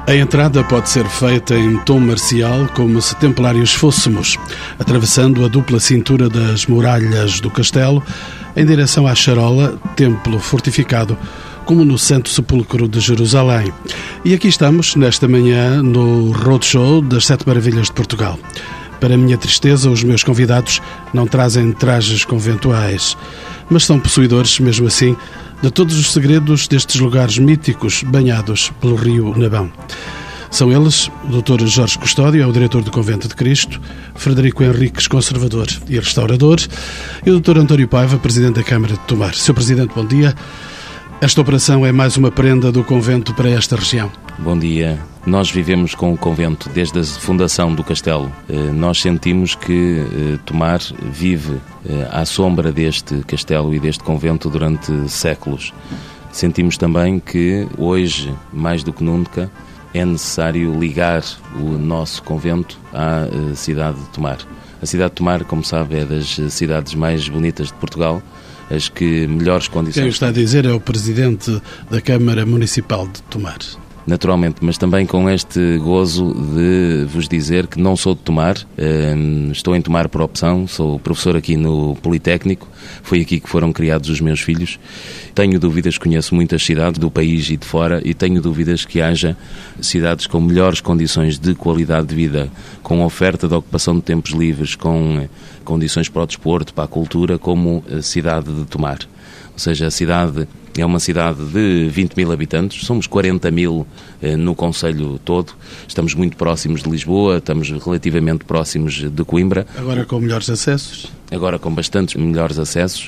A entrada pode ser feita em tom marcial, como se templários fôssemos, atravessando a dupla cintura das muralhas do castelo, em direção à Charola, templo fortificado, como no Santo Sepulcro de Jerusalém. E aqui estamos, nesta manhã, no Roadshow das Sete Maravilhas de Portugal. Para minha tristeza, os meus convidados não trazem trajes conventuais, mas são possuidores, mesmo assim, de todos os segredos destes lugares míticos banhados pelo rio Nabão. São eles o Dr. Jorge Custódio, é o diretor do Convento de Cristo, Frederico Henriques, conservador e restaurador, e o Dr. António Paiva, presidente da Câmara de Tomar. Sr. Presidente, bom dia. Esta operação é mais uma prenda do convento para esta região. Bom dia. Nós vivemos com o convento desde a fundação do castelo. Nós sentimos que Tomar vive à sombra deste castelo e deste convento durante séculos. Sentimos também que hoje, mais do que nunca, é necessário ligar o nosso convento à cidade de Tomar. A cidade de Tomar, como sabe, é das cidades mais bonitas de Portugal, as que melhores condições... Quem está a dizer é o Presidente da Câmara Municipal de Tomar. Naturalmente, mas também com este gozo de vos dizer que não sou de Tomar, estou em Tomar por opção, sou professor aqui no Politécnico, foi aqui que foram criados os meus filhos. Tenho dúvidas, conheço muitas cidades do país e de fora e tenho dúvidas que haja cidades com melhores condições de qualidade de vida, com oferta de ocupação de tempos livres, com condições para o desporto, para a cultura, como a cidade de Tomar. Ou seja, a cidade é uma cidade de 20 mil habitantes, somos 40 mil no concelho todo, estamos muito próximos de Lisboa, estamos relativamente próximos de Coimbra. Agora com melhores acessos? Agora com bastantes melhores acessos.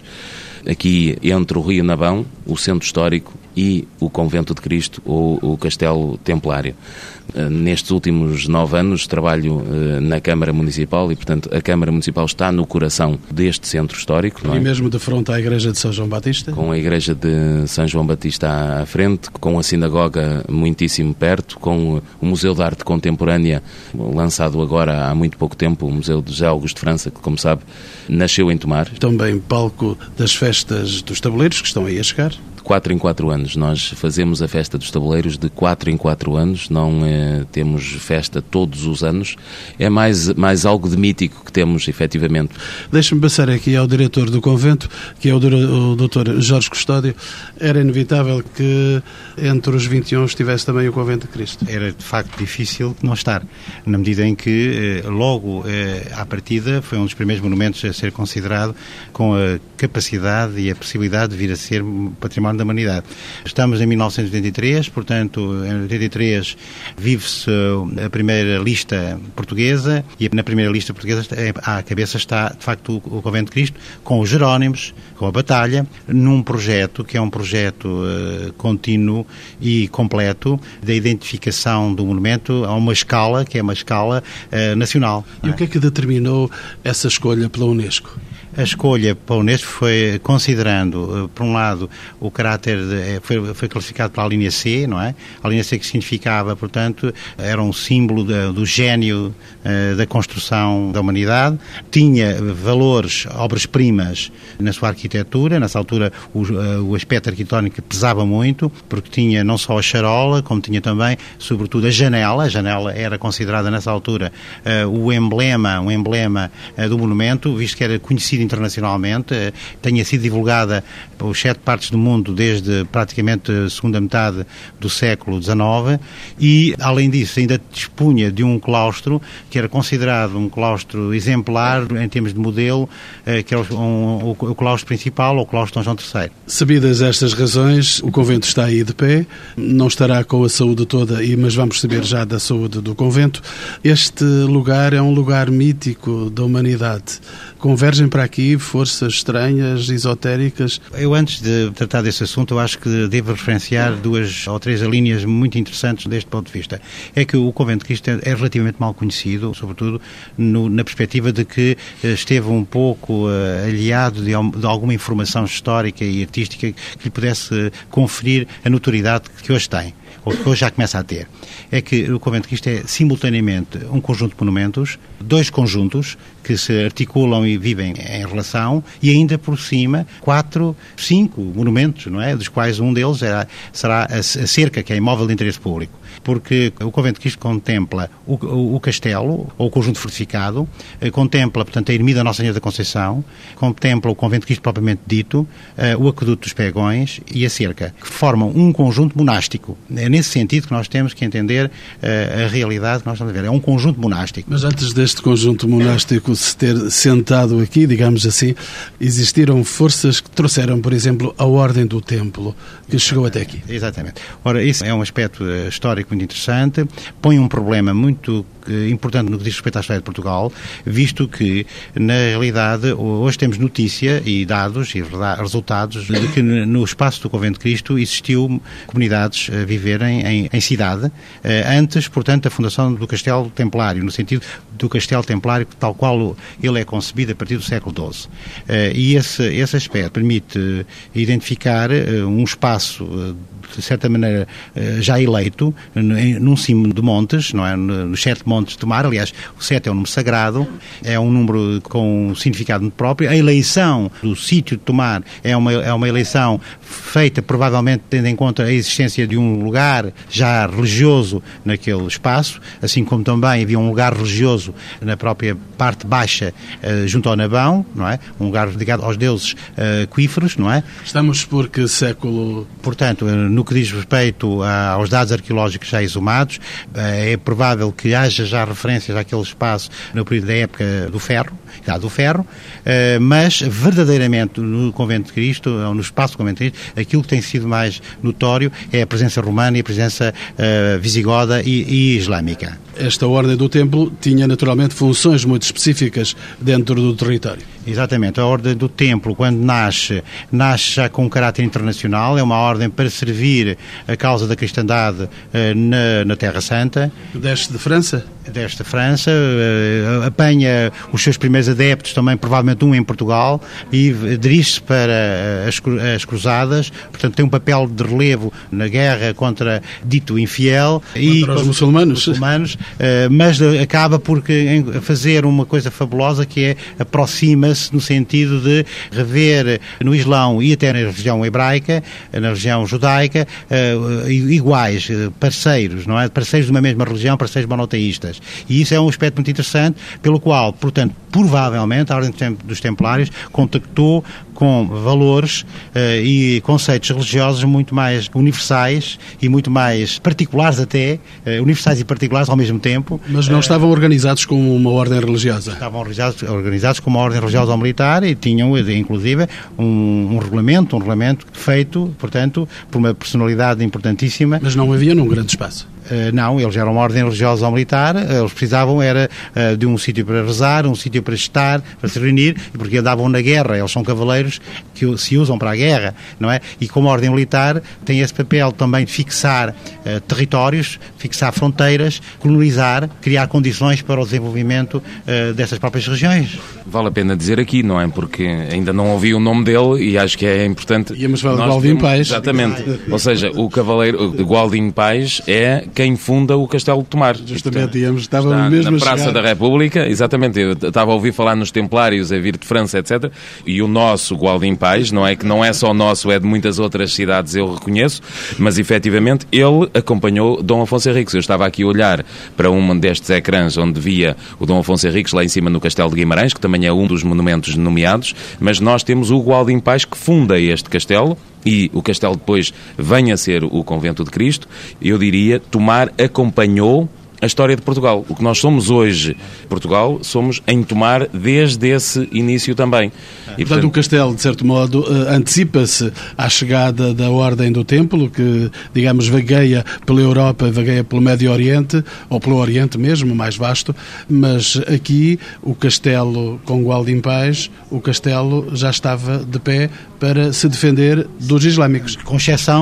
Aqui entre o Rio Nabão, o Centro Histórico e o Convento de Cristo ou o Castelo Templário. Nestes últimos 9 anos trabalho na Câmara Municipal e, portanto, a Câmara Municipal está no coração deste Centro Histórico. Não é? E mesmo de frente à Igreja de São João Batista? Com a Igreja de São João Batista à frente, com a sinagoga muitíssimo perto, com o Museu de Arte Contemporânea, lançado agora há muito pouco tempo, o Museu de José Augusto de França, que, como sabe, nasceu em Tomar. Também palco das festas dos tabuleiros, que estão aí a chegar. De 4 em 4 anos. Nós fazemos a festa dos tabuleiros de 4 em 4 anos, não temos festa todos os anos. É mais algo de mítico que temos, efetivamente. Deixe-me passar aqui ao diretor do convento, que é o Dr. Jorge Custódio. Era inevitável que entre os 21 estivesse também o Convento de Cristo. Era de facto difícil não estar, na medida em que logo à partida foi um dos primeiros monumentos a ser considerado com a capacidade e a possibilidade de vir a ser património da humanidade. Estamos em 1983, portanto, em 83 vive-se a primeira lista portuguesa e na primeira lista portuguesa à cabeça está, de facto, o Convento de Cristo, com os Jerónimos, com a Batalha, num projeto que é um projeto contínuo e completo da identificação do monumento a uma escala, que é uma escala nacional. E o que é que determinou essa escolha pela Unesco? A escolha para a Unesco foi considerando, por um lado, o caráter, foi classificado para a linha C, não é? A linha C que significava, portanto, era um símbolo do gênio da construção da humanidade, tinha valores, obras-primas na sua arquitetura, nessa altura o aspecto arquitetónico pesava muito, porque tinha não só a charola, como tinha também, sobretudo, a janela era considerada nessa altura um emblema do monumento, visto que era conhecido internacionalmente, tenha sido divulgada por 7 partes do mundo desde praticamente a segunda metade do século XIX e, além disso, ainda dispunha de um claustro que era considerado um claustro exemplar em termos de modelo, que era o claustro principal, ou o claustro Dom João III. Sabidas estas razões, o convento está aí de pé, não estará com a saúde toda, mas vamos saber já da saúde do convento. Este lugar é um lugar mítico da humanidade. Convergem para aqui forças estranhas, esotéricas? Eu, antes de tratar desse assunto, eu acho que devo referenciar 2 ou 3 linhas muito interessantes deste ponto de vista. É que o Convento de Cristo é relativamente mal conhecido, sobretudo na perspectiva de que esteve um pouco aliado de alguma informação histórica e artística que lhe pudesse conferir a notoriedade que hoje tem, ou que hoje já começa a ter. É que o Convento de Cristo é simultaneamente um conjunto de monumentos, 2 conjuntos que se articulam e vivem em relação, e ainda por cima 4, 5 monumentos, não é? Dos quais um deles será a cerca, que é imóvel de interesse público. Porque o Convento de Cristo contempla o castelo, ou o conjunto fortificado, contempla, portanto, a ermida Nossa Senhora da Conceição, contempla o Convento de Cristo propriamente dito, o aqueduto dos Pegões e a cerca, que formam um conjunto monástico. É nesse sentido que nós temos que entender a realidade que nós estamos a ver. É um conjunto monástico. Mas antes deste conjunto monástico se ter sentado aqui, digamos assim, existiram forças que trouxeram, por exemplo, a Ordem do Templo, que chegou até aqui. Exatamente. Ora, isso é um aspecto histórico muito interessante, põe um problema muito importante no que diz respeito à história de Portugal, visto que, na realidade, hoje temos notícia e dados e resultados de que no espaço do Convento de Cristo existiu comunidades a viverem em cidade, antes, portanto, da fundação do Castelo Templário, no sentido do Castelo Templário tal qual ele é concebido a partir do século XII. E esse aspecto permite identificar um espaço de certa maneira já eleito num cimo de montes, não é? Nos 7 montes do mar. Aliás, o 7 é um número sagrado, é um número com um significado muito próprio. A eleição do sítio de Tomar é uma eleição feita provavelmente tendo em conta a existência de um lugar já religioso naquele espaço, assim como também havia um lugar religioso na própria parte baixa junto ao Nabão, não é? Um lugar dedicado aos deuses aquíferos, não é? Estamos por que século? Portanto, no que diz respeito aos dados arqueológicos já exumados, é provável que haja já referências àquele espaço no período da época do Ferro, mas verdadeiramente no Convento de Cristo, ou no espaço do Convento de Cristo, aquilo que tem sido mais notório é a presença romana e a presença visigoda e islâmica. Esta Ordem do Templo tinha naturalmente funções muito específicas dentro do território. Exatamente. A Ordem do Templo, quando nasce já com um caráter internacional, é uma ordem para servir a causa da cristandade na Terra Santa. Desce de França? Desce de França, apanha os seus primeiros adeptos, também provavelmente um em Portugal, e dirige-se para as Cruzadas, portanto tem um papel de relevo na guerra contra dito infiel. Contra os muçulmanos, mas acaba por fazer uma coisa fabulosa, que é aproxima-se no sentido de rever no Islão e até na religião hebraica, na religião judaica, iguais, parceiros, não é? Parceiros de uma mesma religião, parceiros monoteístas. E isso é um aspecto muito interessante, pelo qual, portanto, provavelmente a Ordem dos Templários contactou com valores e conceitos religiosos muito mais universais e muito mais particulares até, universais e particulares ao mesmo tempo. Mas não estavam organizados como uma ordem religiosa? Estavam organizados como uma ordem religiosa ou militar e tinham, inclusive, um regulamento feito, portanto, por uma personalidade importantíssima. Mas não havia num grande espaço? Não, eles eram uma ordem religiosa ou militar, eles precisavam de um sítio para rezar, um sítio para estar, para se reunir, porque andavam na guerra, eles são cavaleiros que se usam para a guerra, não é? E como ordem militar tem esse papel também de fixar territórios, fixar fronteiras, colonizar, criar condições para o desenvolvimento dessas próprias regiões. Vale a pena dizer aqui, não é? Porque ainda não ouvi o nome dele e acho que é importante. Íamos falar de Gualdim Pais. Exatamente. Ou seja, o cavaleiro de Gualdim Pais é quem funda o Castelo de Tomar. Justamente, estava mesmo na Praça da República, exatamente. Eu estava a ouvir falar nos Templários, a vir de França, etc. E o nosso Gualdim Pais, não é que não é só nosso, é de muitas outras cidades, eu reconheço, mas efetivamente ele acompanhou Dom Afonso Henriques. Eu estava aqui a olhar para um destes ecrãs onde via o Dom Afonso Henriques lá em cima no Castelo de Guimarães, que também é um dos monumentos nomeados, mas nós temos o Gualdim Pais que funda este castelo. E o castelo depois vem a ser o Convento de Cristo. Eu diria, Tomar acompanhou a história de Portugal. O que nós somos hoje, Portugal, somos em Tomar desde esse início também. E, portanto, o castelo, de certo modo, antecipa-se à chegada da Ordem do Templo, que, digamos, vagueia pela Europa, vagueia pelo Médio Oriente, ou pelo Oriente mesmo, mais vasto, mas aqui o castelo com Gualdim Pais, o castelo já estava de pé para se defender dos islâmicos. Com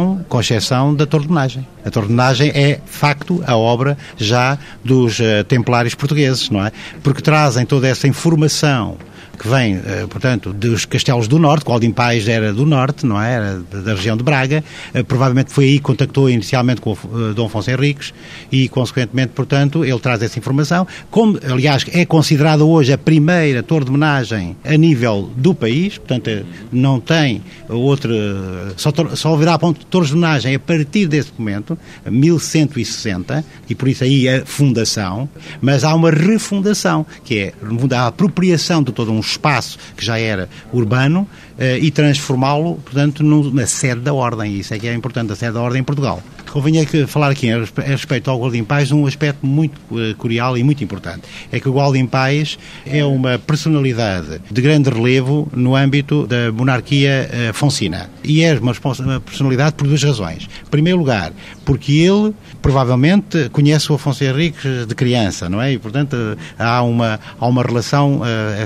exceção da Tordenagem. A Tordenagem é, de facto, a obra já dos templários portugueses, não é? Porque trazem toda essa informação que vem, portanto, dos castelos do norte. Godem Pais era do norte, não é? Era da região de Braga. Provavelmente foi aí que contactou inicialmente com o Dom Afonso Henriques e, consequentemente, portanto, ele traz essa informação. Como, aliás, é considerada hoje a primeira torre de homenagem a nível do país, portanto, não tem outra... Só haverá torres de homenagem a partir desse momento, 1160, e por isso aí a fundação, mas há uma refundação, que é a apropriação de todo um espaço que já era urbano e transformá-lo, portanto, na sede da Ordem. Isso é que é importante, a sede da Ordem em Portugal. Convinha falar aqui a respeito ao Godem Pais um aspecto muito curial e muito importante. É que o Godem Pais é uma personalidade de grande relevo no âmbito da monarquia afonsina. E é uma personalidade por duas razões. Em primeiro lugar, porque ele provavelmente conhece o Afonso Henriques de criança, não é? E, portanto, há uma relação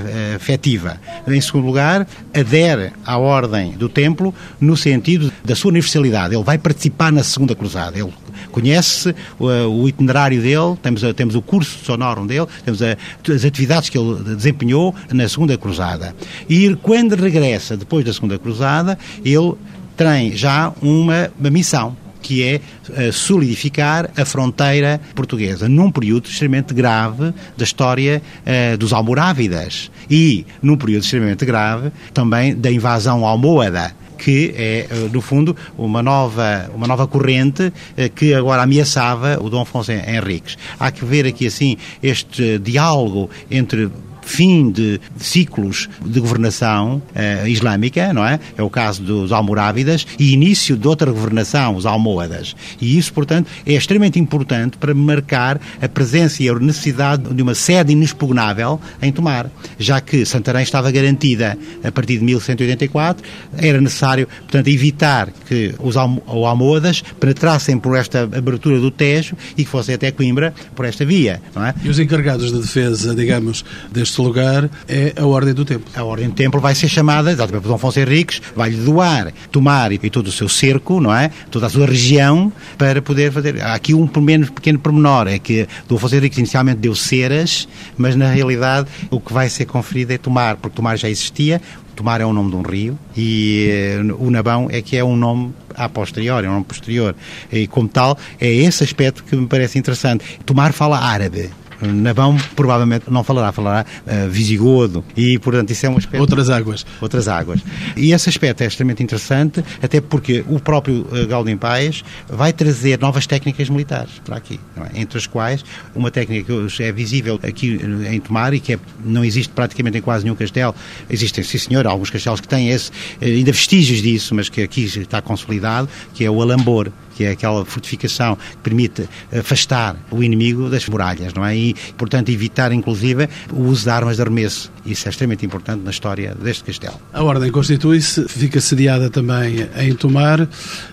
afetiva. Em segundo lugar, adere à Ordem do Templo no sentido da sua universalidade. Ele vai participar na Segunda Cruzada. Ele conhece o itinerário dele, temos o curso sonorum dele, temos as atividades que ele desempenhou na Segunda Cruzada. E quando regressa depois da Segunda Cruzada, ele tem já uma missão, que é solidificar a fronteira portuguesa, num período extremamente grave da história dos almorávidas e num período extremamente grave também da invasão almohada, que é, no fundo, uma nova corrente que agora ameaçava o Dom Afonso Henriques. Há que ver aqui, assim, este diálogo entre fim de ciclos de governação islâmica, não é? É o caso dos almorávidas, e início de outra governação, os almohadas. E isso, portanto, é extremamente importante para marcar a presença e a necessidade de uma sede inexpugnável em Tomar, já que Santarém estava garantida a partir de 1184, era necessário, portanto, evitar que os almohadas penetrassem por esta abertura do Tejo e que fossem até Coimbra por esta via, não é? E os encarregados de defesa, digamos, deste lugar é a Ordem do Templo. A Ordem do Templo vai ser chamada, exatamente por Dom Afonso Henriques, vai-lhe doar Tomar e todo o seu cerco, não é? Toda a sua região, para poder fazer... Há aqui um pequeno pormenor, é que Dom Afonso Henriques inicialmente deu Ceras, mas na realidade o que vai ser conferido é Tomar, porque Tomar já existia. Tomar é o nome de um rio e o Nabão é que é um nome a posteriori, é um nome posterior. E como tal, é esse aspecto que me parece interessante. Tomar fala árabe. Nabão provavelmente não falará visigodo, e portanto isso é um aspecto... Outras águas. E esse aspecto é extremamente interessante, até porque o próprio Godem Pais vai trazer novas técnicas militares para aqui, não é? Entre as quais uma técnica que hoje é visível aqui em Tomar e que não existe praticamente em quase nenhum castelo. Existem, sim senhor, alguns castelos que têm ainda vestígios disso, mas que aqui está consolidado, que é o alambor, que é aquela fortificação que permite afastar o inimigo das muralhas, não é? E, portanto, evitar, inclusive, o uso de armas de arremesso. Isso é extremamente importante na história deste castelo. A Ordem constitui-se, fica sediada também em Tomar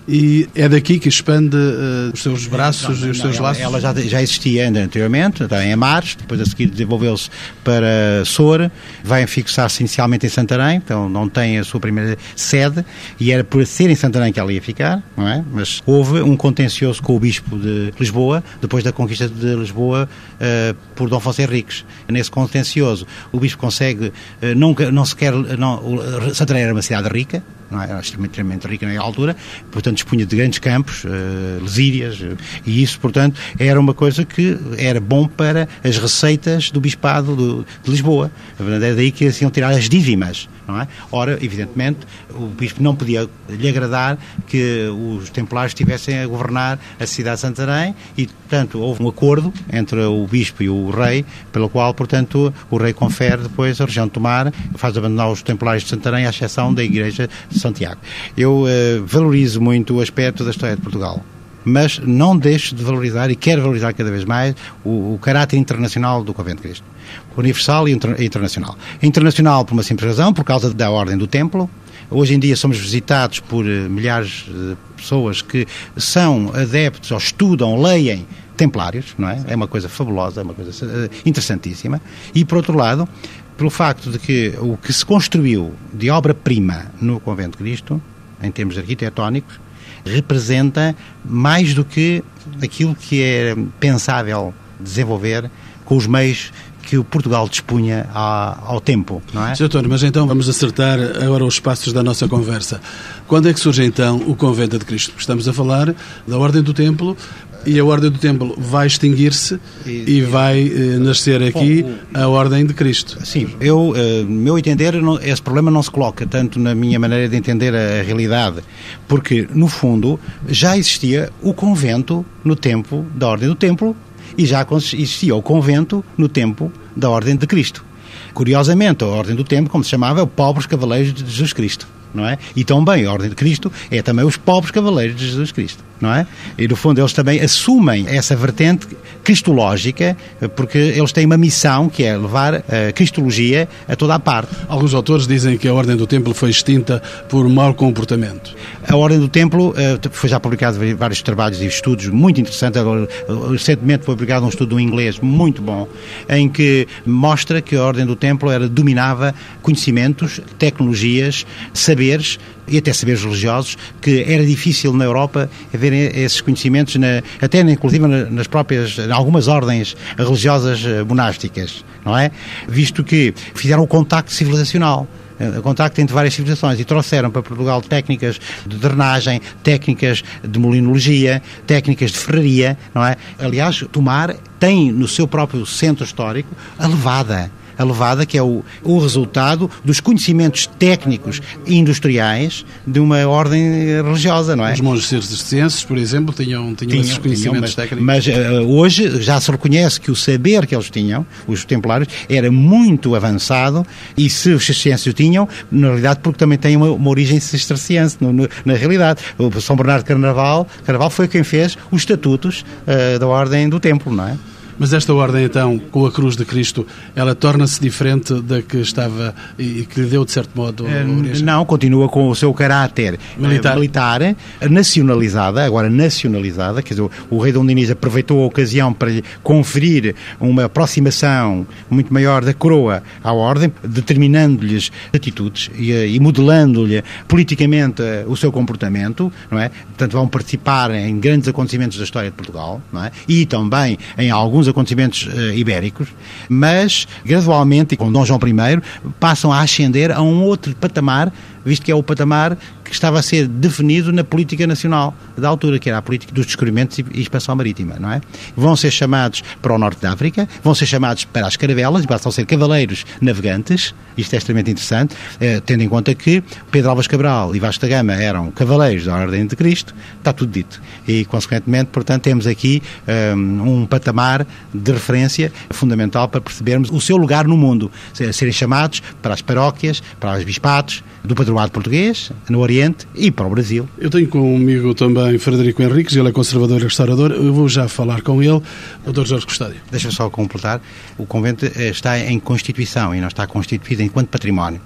e é daqui que expande os seus braços e os seus laços? Ela já existia anteriormente, em Amares, depois a seguir desenvolveu-se para Soura, vai fixar-se inicialmente em Santarém, então não tem a sua primeira sede, e era por ser em Santarém que ela ia ficar, não é? Mas houve um contencioso com o Bispo de Lisboa, depois da conquista de Lisboa por Dom Afonso Henriques. Nesse contencioso, o Bispo consegue, Santarém era uma cidade rica, não é? Era extremamente rica na altura, portanto dispunha de grandes campos, lesírias, e isso, portanto, era uma coisa que era bom para as receitas do Bispado de Lisboa. É daí que se iam tirar as dízimas, não é? Ora, evidentemente, o Bispo não podia lhe agradar que os templários estivessem a governar a cidade de Santarém e, portanto, houve um acordo entre o Bispo e o Rei, pelo qual, portanto, o Rei confere depois a região de Tomar, faz abandonar os templários de Santarém, à exceção da Igreja de Santiago. Eu valorizo muito o aspecto da história de Portugal, mas não deixo de valorizar, e quero valorizar cada vez mais, o caráter internacional do Convento de Cristo. Universal e internacional. Internacional por uma simples razão, por causa da Ordem do Templo. Hoje em dia somos visitados por milhares de pessoas que são adeptos ou estudam, leem templários, não é? É uma coisa fabulosa, é uma coisa interessantíssima. E, por outro lado, pelo facto de que o que se construiu de obra-prima no Convento de Cristo, em termos arquitetónicos, representa mais do que aquilo que é pensável desenvolver com os meios que o Portugal dispunha ao tempo, não é? Sr. António, mas então vamos acertar agora os passos da nossa conversa. Quando é que surge então o Convento de Cristo? Estamos a falar da Ordem do Templo, e a Ordem do Templo vai extinguir-se e vai nascer aqui a Ordem de Cristo. Sim, no meu entender, esse problema não se coloca tanto na minha maneira de entender a realidade, porque, no fundo, já existia o convento no tempo da Ordem do Templo e já existia o convento no tempo da Ordem de Cristo. Curiosamente, a Ordem do Templo, como se chamava, é o Pobres Cavaleiros de Jesus Cristo, não é? E também a Ordem de Cristo é também os Pobres Cavaleiros de Jesus Cristo, não é? E, no fundo, eles também assumem essa vertente cristológica, porque eles têm uma missão que é levar a cristologia a toda a parte. Alguns autores dizem que a Ordem do Templo foi extinta por mau comportamento. A Ordem do Templo foi já publicado vários trabalhos e estudos muito interessantes. Recentemente foi publicado um estudo em inglês muito bom, em que mostra que a Ordem do Templo dominava conhecimentos, tecnologias, saberes e até saberes religiosos, que era difícil na Europa haver esses conhecimentos, até inclusive nas próprias, em algumas ordens religiosas monásticas, não é? Visto que fizeram o contacto civilizacional, o contacto entre várias civilizações, e trouxeram para Portugal técnicas de drenagem, técnicas de molinologia, técnicas de ferraria, não é? Aliás, Tomar tem no seu próprio centro histórico a levada, que é o resultado dos conhecimentos técnicos e industriais de uma ordem religiosa, não é? Os monges cistercienses, por exemplo, tinham esses conhecimentos técnicos. Mas hoje já se reconhece que o saber que eles tinham, os templários, era muito avançado, e se os cistercienses o tinham, na realidade, porque também tem uma origem cisterciense, na realidade. O São Bernardo de Carnaval foi quem fez os estatutos da Ordem do Templo, não é? Mas esta ordem, então, com a cruz de Cristo, ela torna-se diferente da que estava e que lhe deu, de certo modo, origem? Não, continua com o seu caráter militar, nacionalizada, quer dizer, o rei Dom Dinis aproveitou a ocasião para lhe conferir uma aproximação muito maior da coroa à ordem, determinando-lhes atitudes e modelando-lhe politicamente o seu comportamento, não é? Portanto, vão participar em grandes acontecimentos da história de Portugal, não é? E também em alguns acontecimentos ibéricos, mas gradualmente, e com Dom João I, passam a ascender a um outro patamar, visto que é o patamar que estava a ser definido na política nacional da altura, que era a política dos descobrimentos e expansão marítima, não é? Vão ser chamados para o norte da África, vão ser chamados para as caravelas, e passam a ser cavaleiros navegantes. Isto é extremamente interessante, tendo em conta que Pedro Álvares Cabral e Vasco da Gama eram cavaleiros da Ordem de Cristo, está tudo dito. E, consequentemente, portanto, temos aqui um patamar de referência fundamental para percebermos o seu lugar no mundo, serem chamados para as paróquias, para os bispados do padroado português, no Oriente e para o Brasil. Eu tenho comigo também Frederico Henriques, ele é conservador e restaurador. Eu vou já falar com ele, Dr. Jorge Custódio. Deixa-me só completar. O convento está em constituição e não está constituído enquanto património.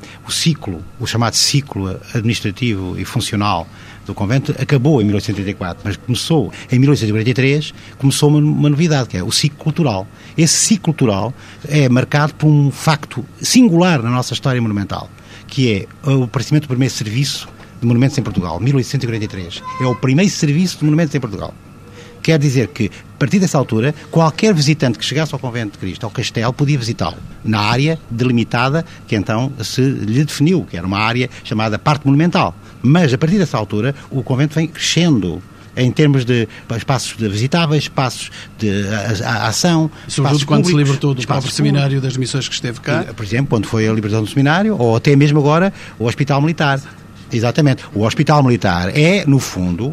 O chamado ciclo administrativo e funcional do convento acabou em 1884, mas começou em 1843, começou uma novidade, que é o ciclo cultural. Esse ciclo cultural é marcado por um facto singular na nossa história monumental, que é o aparecimento do primeiro serviço de monumentos em Portugal, 1843. É o primeiro serviço de monumentos em Portugal. Quer dizer que, a partir dessa altura, qualquer visitante que chegasse ao Convento de Cristo, ao Castelo, podia visitá-lo, na área delimitada que então se lhe definiu, que era uma área chamada Parte Monumental. Mas, a partir dessa altura, o convento vem crescendo em termos de espaços visitáveis, espaços de ação, sobretudo quando se libertou do próprio seminário, das missões que esteve cá. Por exemplo, quando foi a libertação do seminário, ou até mesmo agora o Hospital Militar. Exatamente. O Hospital Militar é, no fundo,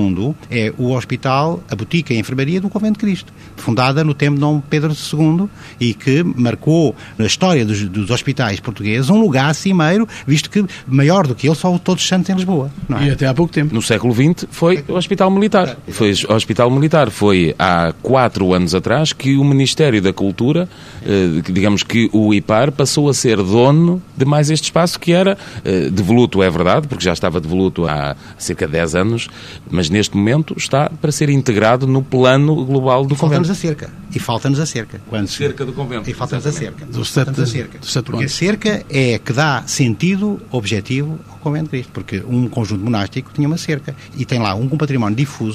é o hospital, a botica e a enfermaria do Convento de Cristo, fundada no tempo de Dom Pedro II e que marcou na história dos hospitais portugueses um lugar cimeiro, visto que maior do que ele só o Todos os Santos em Lisboa. Não é? E até há pouco tempo. No século XX foi o Hospital Militar. O Hospital Militar foi há 4 anos atrás que o Ministério da Cultura, digamos que o IPAR, passou a ser dono de mais este espaço que era devoluto, é verdade, porque já estava devoluto há cerca de 10 anos, mas neste momento está para ser integrado no plano global do convento. Falta-nos a cerca. Cerca do convento. E falta-nos a cerca. Porque a cerca é que dá sentido objetivo ao Convento de Cristo, porque um conjunto monástico tinha uma cerca e tem lá um património difuso,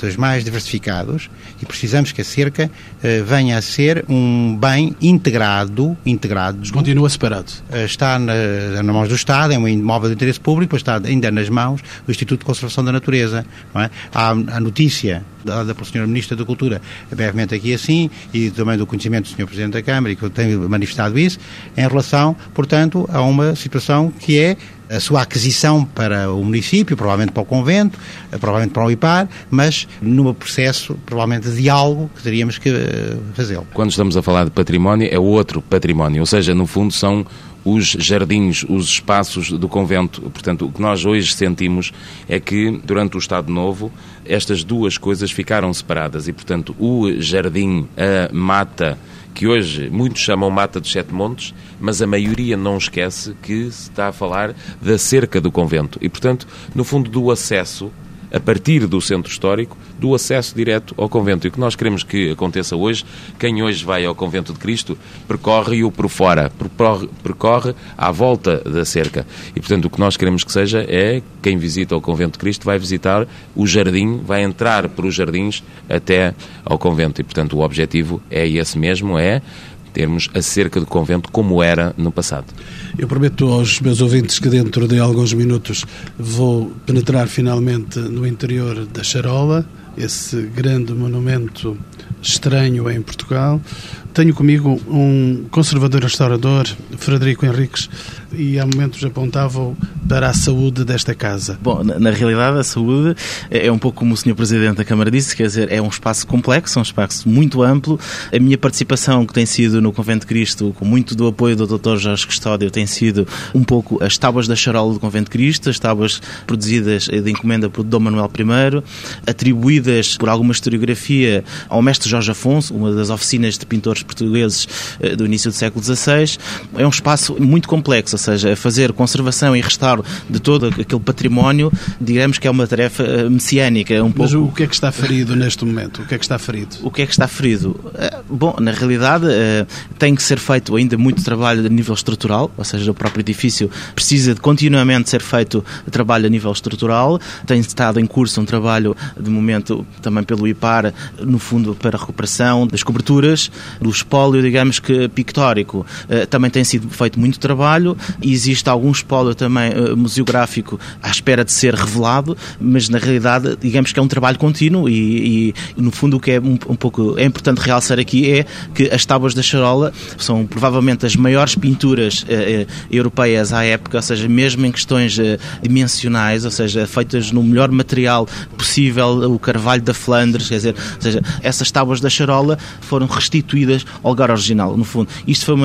dos mais diversificados e precisamos que a cerca venha a ser um bem integrado. Continua separado. Está nas mãos do Estado, é um imóvel de interesse público, mas está ainda nas mãos do Instituto de Conservação da Natureza. Não é? Há a notícia dada pela Sra. Ministra da Cultura, brevemente aqui assim, e também do conhecimento do Sr. Presidente da Câmara, e que eu tenho manifestado isso, em relação, portanto, a uma situação que é a sua aquisição para o município, provavelmente para o convento, provavelmente para o IPAR, mas num processo, provavelmente, de diálogo que teríamos que fazê-lo. Quando estamos a falar de património, é outro património, ou seja, no fundo são os jardins, os espaços do convento. Portanto, o que nós hoje sentimos é que, durante o Estado Novo, estas duas coisas ficaram separadas e, portanto, o jardim, a mata, que hoje muitos chamam Mata dos Sete Montes, mas a maioria não esquece que se está a falar da cerca do convento e, portanto, no fundo, do acesso, a partir do centro histórico, do acesso direto ao convento. E o que nós queremos que aconteça hoje, quem hoje vai ao Convento de Cristo, percorre-o por fora, percorre à volta da cerca. E, portanto, o que nós queremos que seja é, quem visita o Convento de Cristo vai visitar o jardim, vai entrar por os jardins até ao convento. E, portanto, o objetivo é esse mesmo, é termos a cerca do convento como era no passado. Eu prometo aos meus ouvintes que dentro de alguns minutos vou penetrar finalmente no interior da Charola, esse grande monumento estranho em Portugal. Tenho comigo um conservador restaurador, Frederico Henriques, e há momentos apontavam para a saúde desta casa. Bom, na realidade a saúde é um pouco como o Sr. Presidente da Câmara disse, quer dizer, é um espaço complexo, é um espaço muito amplo. A minha participação, que tem sido no Convento de Cristo, com muito do apoio do Dr. Jorge Custódio, tem sido um pouco as tábuas da charola do Convento de Cristo, as tábuas produzidas de encomenda por Dom Manuel I, atribuídas por alguma historiografia ao mestre Jorge Afonso, uma das oficinas de pintores portugueses do início do século XVI. É um espaço muito complexo, ou seja, fazer conservação e restauro de todo aquele património, digamos que é uma tarefa messiânica. Mas o que é que está ferido neste momento? O que é que está ferido? O que é que está ferido? Bom, na realidade tem que ser feito ainda muito trabalho a nível estrutural, ou seja, o próprio edifício precisa de continuamente ser feito trabalho a nível estrutural. Tem estado em curso um trabalho, de momento, também pelo IPAR, no fundo para a recuperação das coberturas, do espólio, digamos que pictórico. Também tem sido feito muito trabalho e existe algum espólio também museográfico à espera de ser revelado, mas na realidade, digamos que é um trabalho contínuo e no fundo o que é um pouco é importante realçar aqui é que as tábuas da charola são provavelmente as maiores pinturas europeias à época, ou seja, mesmo em questões dimensionais, ou seja, feitas no melhor material possível, o carvalho da Flandres, quer dizer, ou seja, essas tábuas da charola foram restituídas ao lugar original, no fundo. Isto foi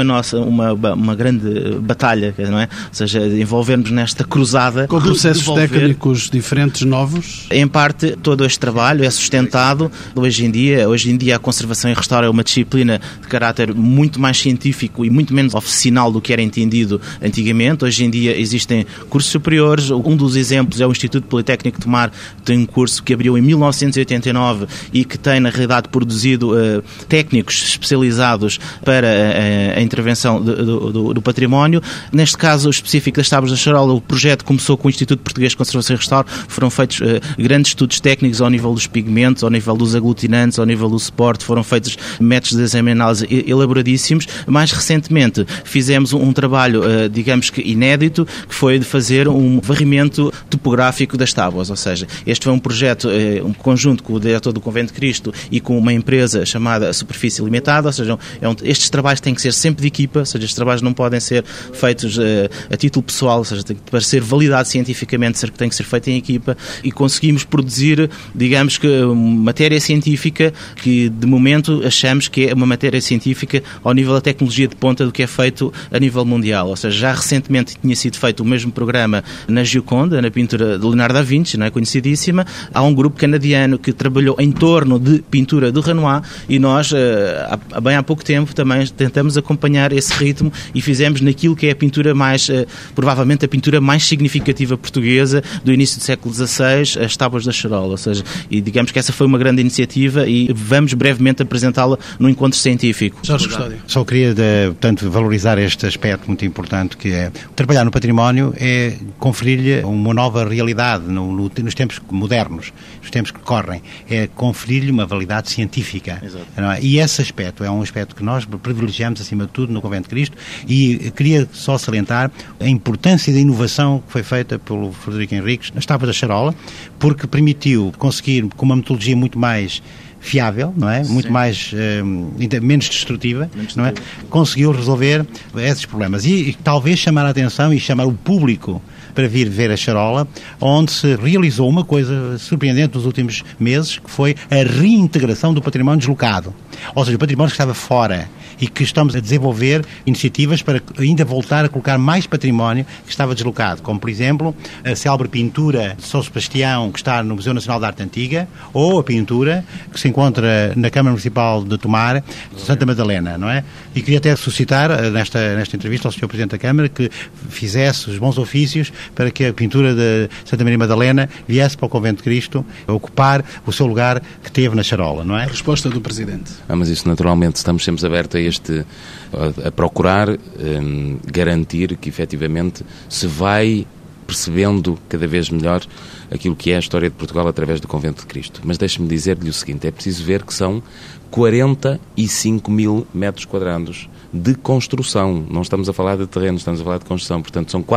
uma grande batalha, não é? Ou seja, envolvermos nesta cruzada. Com processos técnicos diferentes, novos? Em parte, todo este trabalho é sustentado hoje em dia a conservação e restauro é uma disciplina de caráter muito mais científico e muito menos oficinal do que era entendido antigamente. Hoje em dia existem cursos superiores. Um dos exemplos é o Instituto Politécnico de Tomar, que tem um curso que abriu em 1989 e que tem, na realidade, produzido técnicos especializados para a intervenção do património. Neste caso específico das tábuas da charola, o projeto começou com o Instituto Português de Conservação e Restauro. Foram feitos grandes estudos técnicos ao nível dos pigmentos, ao nível dos aglutinantes, ao nível do suporte. Foram feitos métodos de exame e análise elaboradíssimos. Mais recentemente fizemos um trabalho, digamos que inédito, que foi de fazer um varrimento topográfico das tábuas. Ou seja, este foi um projeto, um conjunto com o diretor do Convento de Cristo e com uma empresa chamada Superfície Limitada. Ou seja, estes trabalhos têm que ser sempre de equipa, ou seja, estes trabalhos não podem ser feitos a título pessoal, ou seja, para ser validado cientificamente, tem que ser feito em equipa, e conseguimos produzir, digamos que, matéria científica que, de momento, achamos que é uma matéria científica ao nível da tecnologia de ponta do que é feito a nível mundial. Ou seja, já recentemente tinha sido feito o mesmo programa na Gioconda, na pintura de Leonardo da Vinci, não é, conhecidíssima. Há um grupo canadiano que trabalhou em torno de pintura do Renoir e nós, a também há pouco tempo também tentamos acompanhar esse ritmo e fizemos naquilo que é a pintura mais, provavelmente a pintura mais significativa portuguesa do início do século XVI, as Tábuas da Charola, ou seja, e digamos que essa foi uma grande iniciativa e vamos brevemente apresentá-la num encontro científico. Jorge Custódio. Só queria, portanto, valorizar este aspecto muito importante, que é trabalhar no património é conferir-lhe uma nova realidade nos tempos modernos, nos tempos que correm, é conferir-lhe uma validade científica. Não é? E esse aspecto é um aspecto que nós privilegiamos acima de tudo no Convento de Cristo, e queria só salientar a importância da inovação que foi feita pelo Frederico Henriques nas Tábuas da Charola, porque permitiu conseguir, com uma metodologia muito mais fiável, não é? Muito mais, menos destrutiva, não é? Conseguiu resolver esses problemas e talvez chamar a atenção e chamar o público para vir ver a Charola, onde se realizou uma coisa surpreendente nos últimos meses, que foi a reintegração do património deslocado. Ou seja, o património que estava fora, e que estamos a desenvolver iniciativas para ainda voltar a colocar mais património que estava deslocado, como, por exemplo, a célebre pintura de São Sebastião, que está no Museu Nacional de Arte Antiga, ou a pintura que se encontra na Câmara Municipal de Tomar, de Santa Madalena, não é? E queria até suscitar, nesta entrevista ao Sr. Presidente da Câmara, que fizesse os bons ofícios para que a pintura de Santa Maria Madalena viesse para o Convento de Cristo ocupar o seu lugar que teve na Charola, não é? A resposta do Presidente. Mas isso naturalmente, estamos sempre abertos a procurar garantir que efetivamente se vai percebendo cada vez melhor aquilo que é a história de Portugal através do Convento de Cristo. Mas deixe-me dizer-lhe o seguinte, é preciso ver que são 45 mil metros quadrados de construção. Não estamos a falar de terreno, estamos a falar de construção. Portanto, são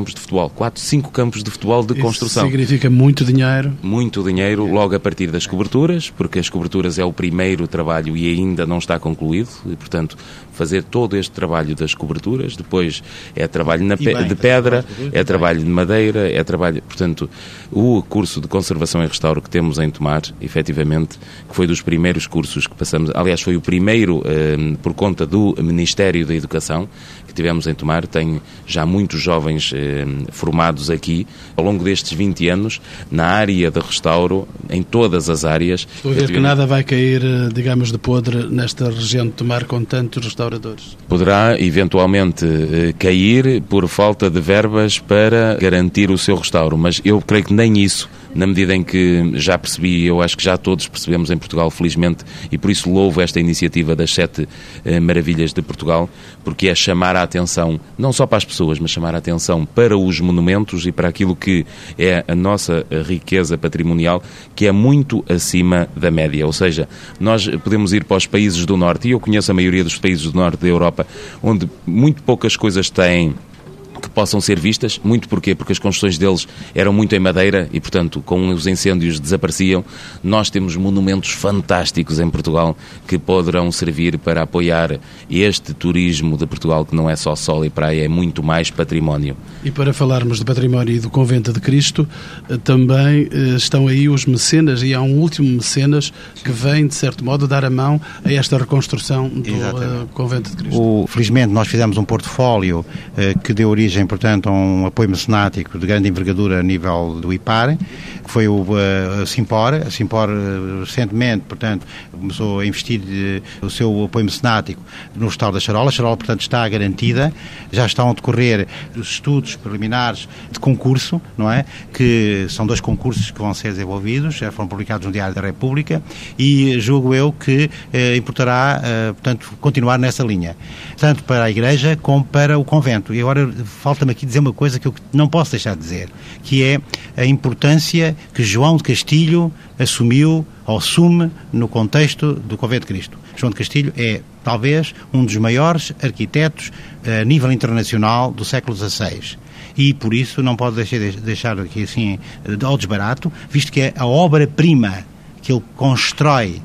5 campos de futebol de construção. Isso significa muito dinheiro? Muito dinheiro, logo a partir das coberturas, porque as coberturas é o primeiro trabalho e ainda não está concluído. E, portanto, fazer todo este trabalho das coberturas, depois é trabalho de pedra, é trabalho de madeira, é trabalho... Portanto, o curso de conservação e restauro que temos em Tomar, efetivamente, que foi dos primeiros cursos que passamos, aliás, foi o primeiro por conta do Ministério da Educação que tivemos em Tomar, tem já muitos jovens formados aqui, ao longo destes 20 anos, na área de restauro, em todas as áreas. Estou a ver que nada vai cair, digamos, de podre nesta região de Tomar com tantos restauradores. Poderá, eventualmente, cair por falta de verbas para garantir o seu restauro, mas eu creio que nem isso, na medida em que já percebi, eu acho que já todos percebemos em Portugal, felizmente, e por isso louvo esta iniciativa das 7 Maravilhas de Portugal, porque é chamar a atenção, não só para as pessoas, mas chamar a atenção para os monumentos e para aquilo que é a nossa riqueza patrimonial, que é muito acima da média. Ou seja, nós podemos ir para os países do Norte, e eu conheço a maioria dos países do Norte da Europa, onde muito poucas coisas têm que possam ser vistas, muito porquê? Porque as construções deles eram muito em madeira e, portanto, com os incêndios desapareciam. Nós temos monumentos fantásticos em Portugal que poderão servir para apoiar este turismo de Portugal, que não é só sol e praia, é muito mais património. E para falarmos de património e do Convento de Cristo, também estão aí os mecenas, e há um último mecenas que vem, de certo modo, dar a mão a esta reconstrução do Convento de Cristo. Felizmente, nós fizemos um portfólio que deu origem, portanto, a um apoio mecenático de grande envergadura a nível do IPAR, que foi o Simpor. A Simpor recentemente, portanto, começou a investir o seu apoio mecenático no restauro da Charola. A Charola, portanto, está garantida. Já estão a decorrer os estudos preliminares de concurso, não é? Que são 2 concursos que vão ser desenvolvidos, já foram publicados no Diário da República, e julgo eu que importará, portanto, continuar nessa linha, tanto para a Igreja como para o Convento. E agora falta-me aqui dizer uma coisa que eu não posso deixar de dizer, que é a importância que João de Castilho assumiu ou assume no contexto do Convento de Cristo. João de Castilho é, talvez, um dos maiores arquitetos a nível internacional do século XVI. E, por isso, não pode deixar aqui assim ao desbarato, visto que é a obra-prima que ele constrói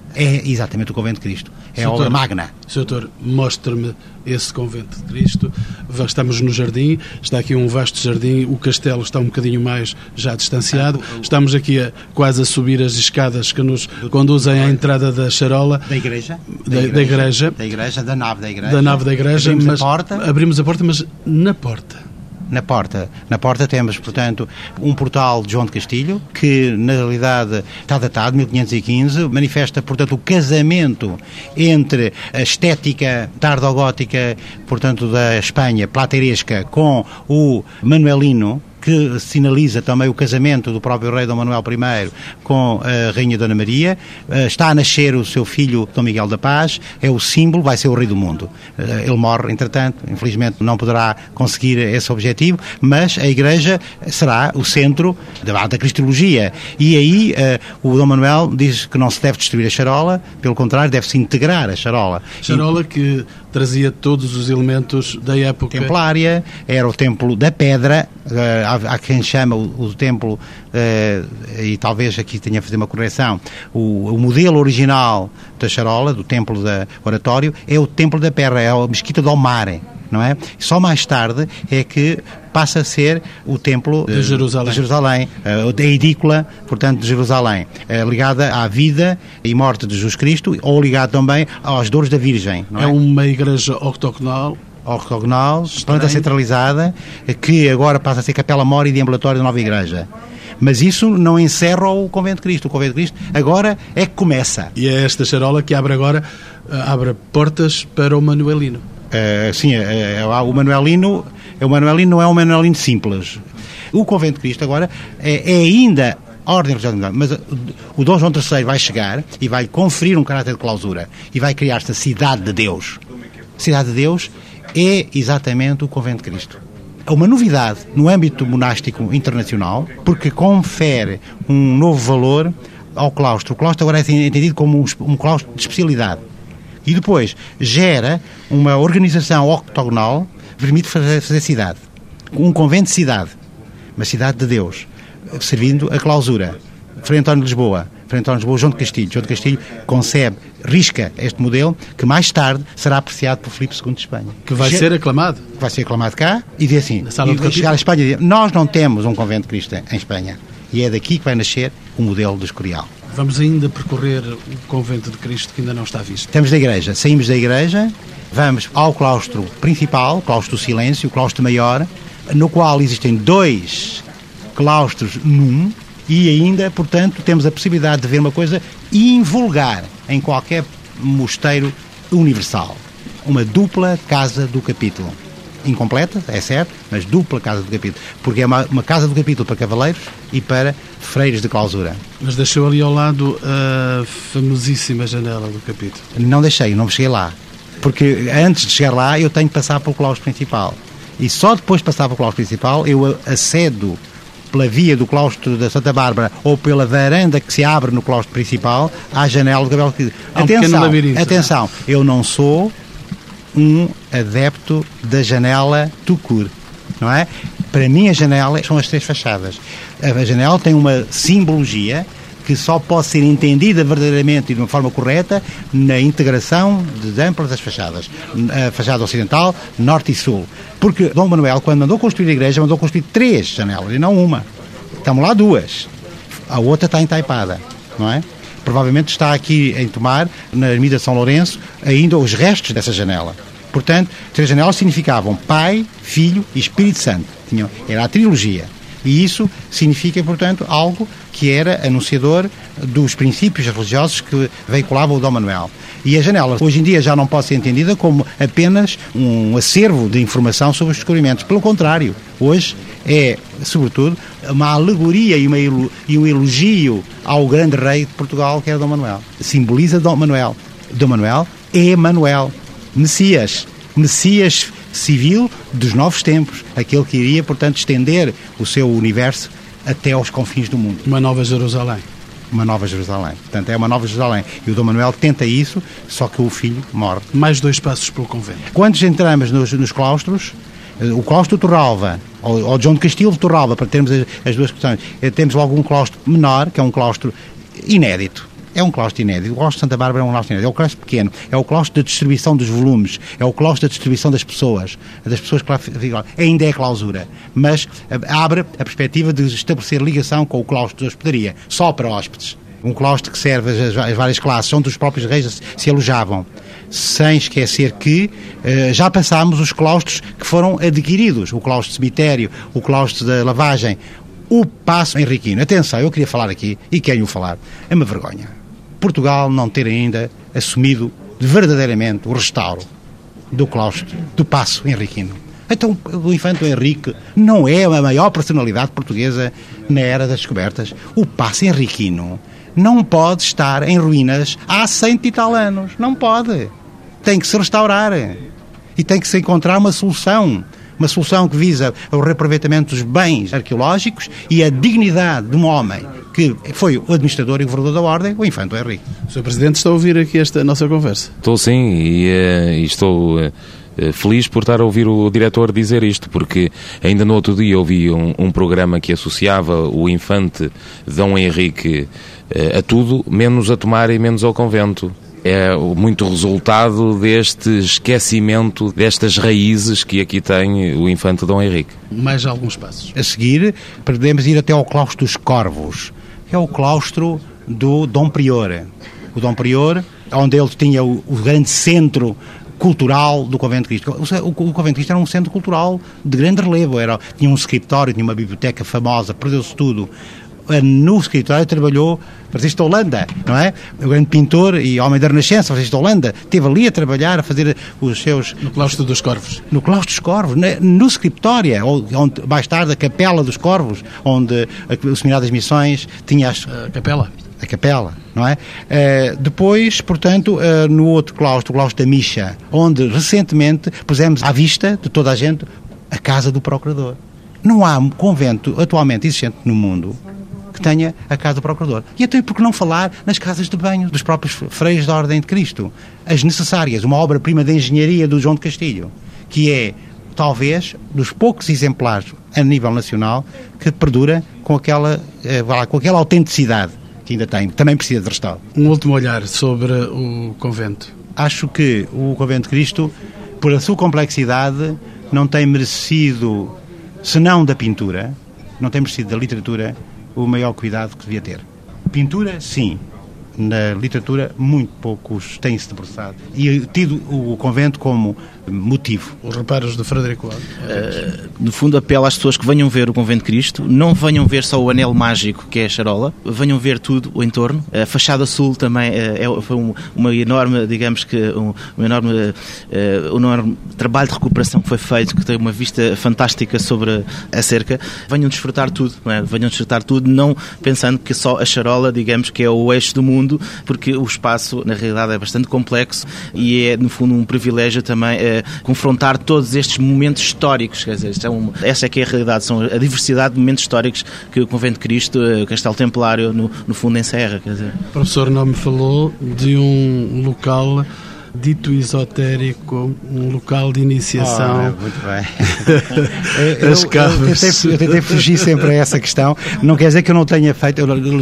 é exatamente o Convento de Cristo. É a obra magna. Sr. Doutor, mostre-me esse Convento de Cristo. Estamos no jardim, está aqui um vasto jardim, o castelo está um bocadinho mais já distanciado. Estamos aqui quase a subir as escadas que nos conduzem à entrada da Charola. Da igreja. Da igreja. Da igreja, da nave da igreja. Da nave da igreja. Abrimos a porta, mas na porta, Na porta temos, portanto, um portal de João de Castilho, que na realidade está datado, 1515, manifesta, portanto, o casamento entre a estética tardogótica, portanto, da Espanha plateiresca com o manuelino, que sinaliza também o casamento do próprio rei Dom Manuel I com a rainha Dona Maria. Está a nascer o seu filho Dom Miguel da Paz, é o símbolo, vai ser o rei do mundo. Ele morre, entretanto, infelizmente não poderá conseguir esse objetivo, mas a Igreja será o centro da cristologia. E aí o Dom Manuel diz que não se deve destruir a charola, pelo contrário, deve-se integrar a charola. Charola que trazia todos os elementos da época templária, era o templo da pedra. Há quem chama o templo, e talvez aqui tenha a fazer uma correção, o modelo original da charola, do templo da oratório, é o templo da pedra, é a mesquita do Omar, não é? Só mais tarde é que passa a ser o templo de Jerusalém, da edícula, portanto, de Jerusalém, ligada à vida e morte de Jesus Cristo, ou ligada também aos dores da Virgem, não é? É uma igreja octogonal, planta centralizada, que agora passa a ser capela-mor e deambulatória da nova igreja. Mas isso não encerra o Convento de Cristo. O Convento de Cristo agora é que começa. E é esta charola que abre portas para o manuelino. Sim, o manuelino não é um manuelino simples. O Convento de Cristo agora é ainda ordem religiosa, mas o Dom João III vai chegar e vai conferir um caráter de clausura e vai criar-se a Cidade de Deus. Cidade de Deus é exatamente o Convento de Cristo. É uma novidade no âmbito monástico internacional, porque confere um novo valor ao claustro. O claustro agora é entendido como um claustro de especialidade. E depois gera uma organização octogonal que permite fazer cidade. Um convento de cidade, uma cidade de Deus, servindo a clausura. Frei António de Lisboa, João de Castilho. João de Castilho risca este modelo, que mais tarde será apreciado por Filipe II de Espanha. Que vai ser aclamado. Vai ser aclamado cá e diz assim, e vai chegar à Espanha e dizer, nós não temos um convento de Cristo em Espanha. E é daqui que vai nascer o modelo do Escorial. Vamos ainda percorrer o Convento de Cristo, que ainda não está visto. Estamos da igreja, saímos da igreja, vamos ao claustro principal, o claustro do silêncio, o claustro maior, no qual existem 2 claustros num, e ainda, portanto, temos a possibilidade de ver uma coisa invulgar em qualquer mosteiro universal. Uma dupla casa do capítulo. Incompleta, é certo, mas dupla casa do capítulo. Porque é uma casa do capítulo para cavaleiros e para freiros de clausura. Mas deixou ali ao lado a famosíssima janela do capítulo. Não deixei, não cheguei lá. Porque antes de chegar lá eu tenho que passar pelo claustro principal. E só depois de passar pelo claustro principal eu acedo pela via do claustro da Santa Bárbara ou pela varanda que se abre no claustro principal à janela do cabelo. Atenção, eu não sou um adepto da janela tout-court, não é? Para mim a janela são as 3 fachadas. A janela tem uma simbologia que só pode ser entendida verdadeiramente e de uma forma correta na integração de ambas as fachadas. A fachada ocidental, norte e sul. Porque Dom Manuel, quando mandou construir a igreja, mandou construir 3 janelas e não uma. Estamos lá 2. A outra está entaipada, não é? Provavelmente está aqui em Tomar, na Ermida de São Lourenço, ainda os restos dessa janela. Portanto, 3 janelas significavam Pai, Filho e Espírito Santo. Era a trilogia. E isso significa, portanto, algo que era anunciador dos princípios religiosos que veiculava o Dom Manuel. E a janela, hoje em dia, já não pode ser entendida como apenas um acervo de informação sobre os descobrimentos. Pelo contrário, hoje é, sobretudo, uma alegoria e um elogio ao grande rei de Portugal, que era Dom Manuel. Simboliza Dom Manuel. Dom Manuel é Manuel, Messias civil dos novos tempos, aquele que iria, portanto, estender o seu universo até aos confins do mundo. Uma nova Jerusalém. Uma nova Jerusalém. Portanto, é uma nova Jerusalém. E o Dom Manuel tenta isso, só que o filho morre. Mais 2 passos pelo convento. Quando entramos nos claustros, o claustro de Torralva, ou João de Castilho de Torralva, para termos as 2 questões, temos logo um claustro menor, que é um claustro inédito. É um claustro inédito. O claustro de Santa Bárbara é um claustro inédito. É um claustro pequeno. É o claustro da distribuição dos volumes. É o claustro da distribuição das pessoas que lá ficam. Ainda é clausura. Mas abre a perspectiva de estabelecer ligação com o claustro de hospedaria. Só para hóspedes. Um claustro que serve às várias classes, onde os próprios reis se alojavam. sem esquecer que já passámos os claustros que foram adquiridos, o claustro de cemitério, o claustro da lavagem, o Paço Henriquino. Atenção, eu queria falar aqui, e quero falar, é uma vergonha Portugal não ter ainda assumido verdadeiramente o restauro do claustro do Paço Henriquino. Então, o Infante Henrique não é a maior personalidade portuguesa na era das descobertas. O Paço Henriquino não pode estar em ruínas há 100 e tal anos. Não pode. Tem que se restaurar. E tem que se encontrar uma solução. Uma solução que visa o reaproveitamento dos bens arqueológicos e a dignidade de um homem que foi o administrador e governador da Ordem, o Infante Henrique. O Sr. Presidente está a ouvir aqui esta nossa conversa? Estou sim, e estou feliz por estar a ouvir o diretor dizer isto, porque ainda no outro dia ouvi um programa que associava o Infante Dom Henrique a tudo, menos a tomar e menos ao convento. É muito resultado deste esquecimento destas raízes que aqui tem o Infante Dom Henrique. Mais alguns passos. A seguir, podemos ir até ao claustro dos Corvos, que é o claustro do Dom Prior. O Dom Prior, onde ele tinha o grande centro cultural do Convento de Cristo. O Convento de Cristo era um centro cultural de grande relevo. Tinha um escritório, tinha uma biblioteca famosa, perdeu-se tudo. No escritório trabalhou Francisco de Holanda, não é? O grande pintor e homem da Renascença, Francisco de Holanda, esteve ali a trabalhar, a fazer os seus... No claustro dos Corvos. No claustro dos Corvos, no escritório, onde mais tarde a Capela dos Corvos, onde o Seminário das Missões tinha a Capela. A Capela, não é? Depois, portanto, no outro claustro, o claustro da Misha, onde recentemente pusemos à vista de toda a gente a Casa do Procurador. Não há um convento atualmente existente no mundo que tenha a Casa do Procurador. E até por que não falar nas casas de banho dos próprios freios da Ordem de Cristo? As necessárias, uma obra-prima de engenharia do João de Castilho, que é, talvez, dos poucos exemplares a nível nacional que perdura com aquela autenticidade que ainda tem. Também precisa de restauro. Um último olhar sobre o convento. Acho que o Convento de Cristo, por a sua complexidade, não tem merecido, senão da pintura, não tem merecido da literatura, o maior cuidado que devia ter. Pintura, sim. Na literatura, muito poucos têm-se debruçado. E tido o convento como motivo. Os reparos de Frederico Alves. No fundo, apelo às pessoas que venham ver o Convento de Cristo, não venham ver só o anel mágico que é a charola, venham ver tudo o entorno. A fachada sul também foi uma enorme, digamos que, um enorme trabalho de recuperação que foi feito, que tem uma vista fantástica sobre a cerca. Venham desfrutar tudo, não é? Venham desfrutar tudo, não pensando que só a charola, digamos que é o eixo do mundo, porque o espaço, na realidade, é bastante complexo e é, no fundo, um privilégio também confrontar todos estes momentos históricos. Quer dizer, essa é que é a realidade, são a diversidade de momentos históricos que o Convento de Cristo, o Castelo Templário, no fundo, encerra. Quer dizer. O professor não me falou de um local dito esotérico, um local de iniciação. Muito bem. Eu tentei fugir sempre a essa questão. Não quer dizer que eu não tenha feito.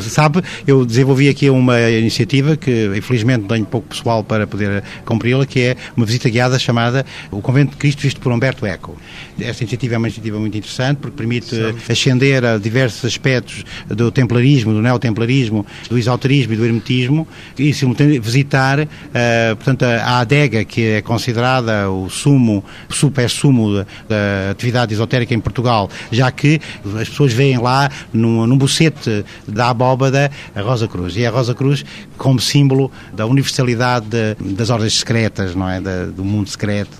Eu desenvolvi aqui uma iniciativa que, infelizmente, tenho pouco pessoal para poder cumpri-la, que é uma visita guiada chamada O Convento de Cristo visto por Humberto Eco. Esta iniciativa é uma iniciativa muito interessante porque permite ascender a diversos aspectos do templarismo, do neotemplarismo, do esoterismo e do hermetismo e, simultaneamente, visitar, portanto, a adega, que é considerada o super-sumo da atividade esotérica em Portugal, já que as pessoas veem lá, num bocete da abóbada, a Rosa Cruz. E a Rosa Cruz como símbolo da universalidade das ordens secretas, não é? Do mundo secreto,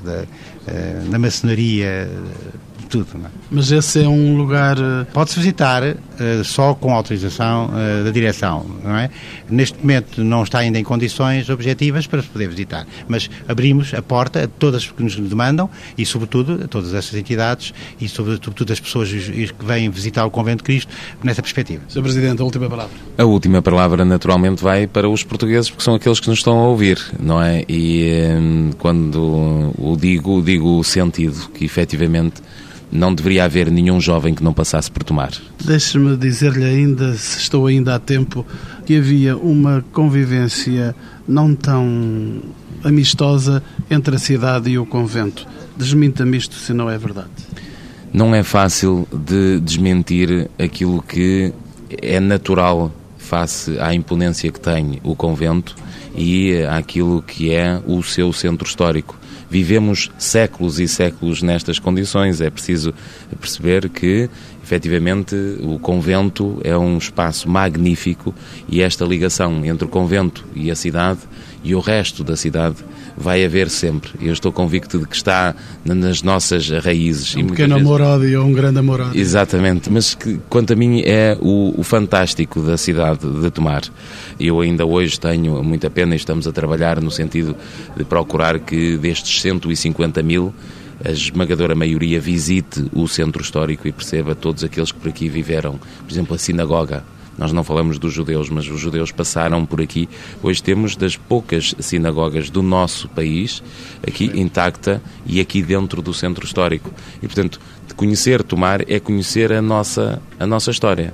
da maçonaria, tudo. Não é? Mas esse é um lugar... Pode-se visitar só com autorização da direção, não é? Neste momento não está ainda em condições objetivas para se poder visitar, mas abrimos a porta a todas que nos demandam e, sobretudo, a todas essas entidades e, sobretudo, as pessoas que vêm visitar o Convento de Cristo nessa perspectiva. Sr. Presidente, a última palavra. A última palavra, naturalmente, vai para os portugueses, porque são aqueles que nos estão a ouvir, não é? E quando o digo o sentido que, efetivamente, não deveria haver nenhum jovem que não passasse por Tomar. Deixe-me dizer-lhe ainda, se estou ainda a tempo, que havia uma convivência não tão amistosa entre a cidade e o convento. Desminta-me isto se não é verdade. Não é fácil de desmentir aquilo que é natural face à imponência que tem o convento e àquilo que é o seu centro histórico. Vivemos séculos e séculos nestas condições. É preciso perceber que, efetivamente, o convento é um espaço magnífico e esta ligação entre o convento e a cidade e o resto da cidade vai haver sempre. Eu estou convicto de que está nas nossas raízes. Um pequeno amor-ódio ou um grande amor-ódio. Exatamente, mas que, quanto a mim, é o fantástico da cidade de Tomar. Eu ainda hoje tenho muita pena e estamos a trabalhar no sentido de procurar que destes 150 mil, a esmagadora maioria visite o centro histórico e perceba todos aqueles que por aqui viveram. Por exemplo, a sinagoga. Nós não falamos dos judeus, mas os judeus passaram por aqui. Hoje temos das poucas sinagogas do nosso país, aqui intacta e aqui dentro do centro histórico. E, portanto, conhecer Tomar é conhecer a nossa história.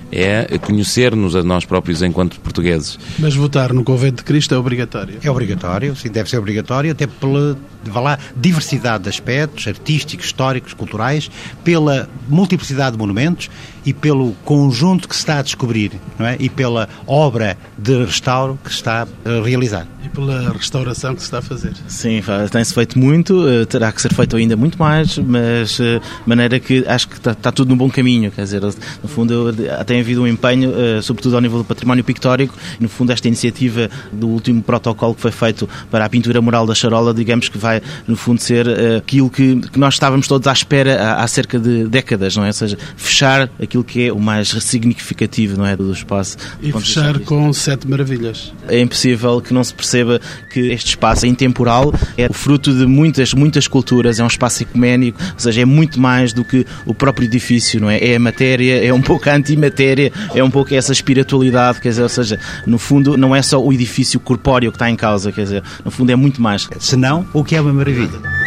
É conhecer-nos a nós próprios enquanto portugueses. Mas votar no Convento de Cristo é obrigatório? É obrigatório, sim, deve ser obrigatório, até pela diversidade de aspectos artísticos, históricos, culturais, pela multiplicidade de monumentos e pelo conjunto que se está a descobrir, não é? E pela obra de restauro que se está a realizar. E pela restauração que se está a fazer. Sim, tem-se feito muito, terá que ser feito ainda muito mais, mas de maneira que acho que está tudo no bom caminho, quer dizer, no fundo tem havido um empenho, sobretudo ao nível do património pictórico, no fundo esta iniciativa do último protocolo que foi feito para a pintura mural da Charola, digamos que vai no fundo ser aquilo que nós estávamos todos à espera há cerca de décadas, não é? Ou seja, fechar aquilo que é o mais significativo, não é, do espaço. E fechar com 7 maravilhas. É impossível que não se perceba que este espaço é intemporal, é o fruto de muitas culturas, é um espaço ecuménico, ou seja, é muito mais do que o próprio edifício, não é? É a matéria, é um pouco a antimatéria, é um pouco essa espiritualidade, quer dizer, ou seja, no fundo não é só o edifício corpóreo que está em causa, quer dizer, no fundo é muito mais. Senão, o que é uma maravilha?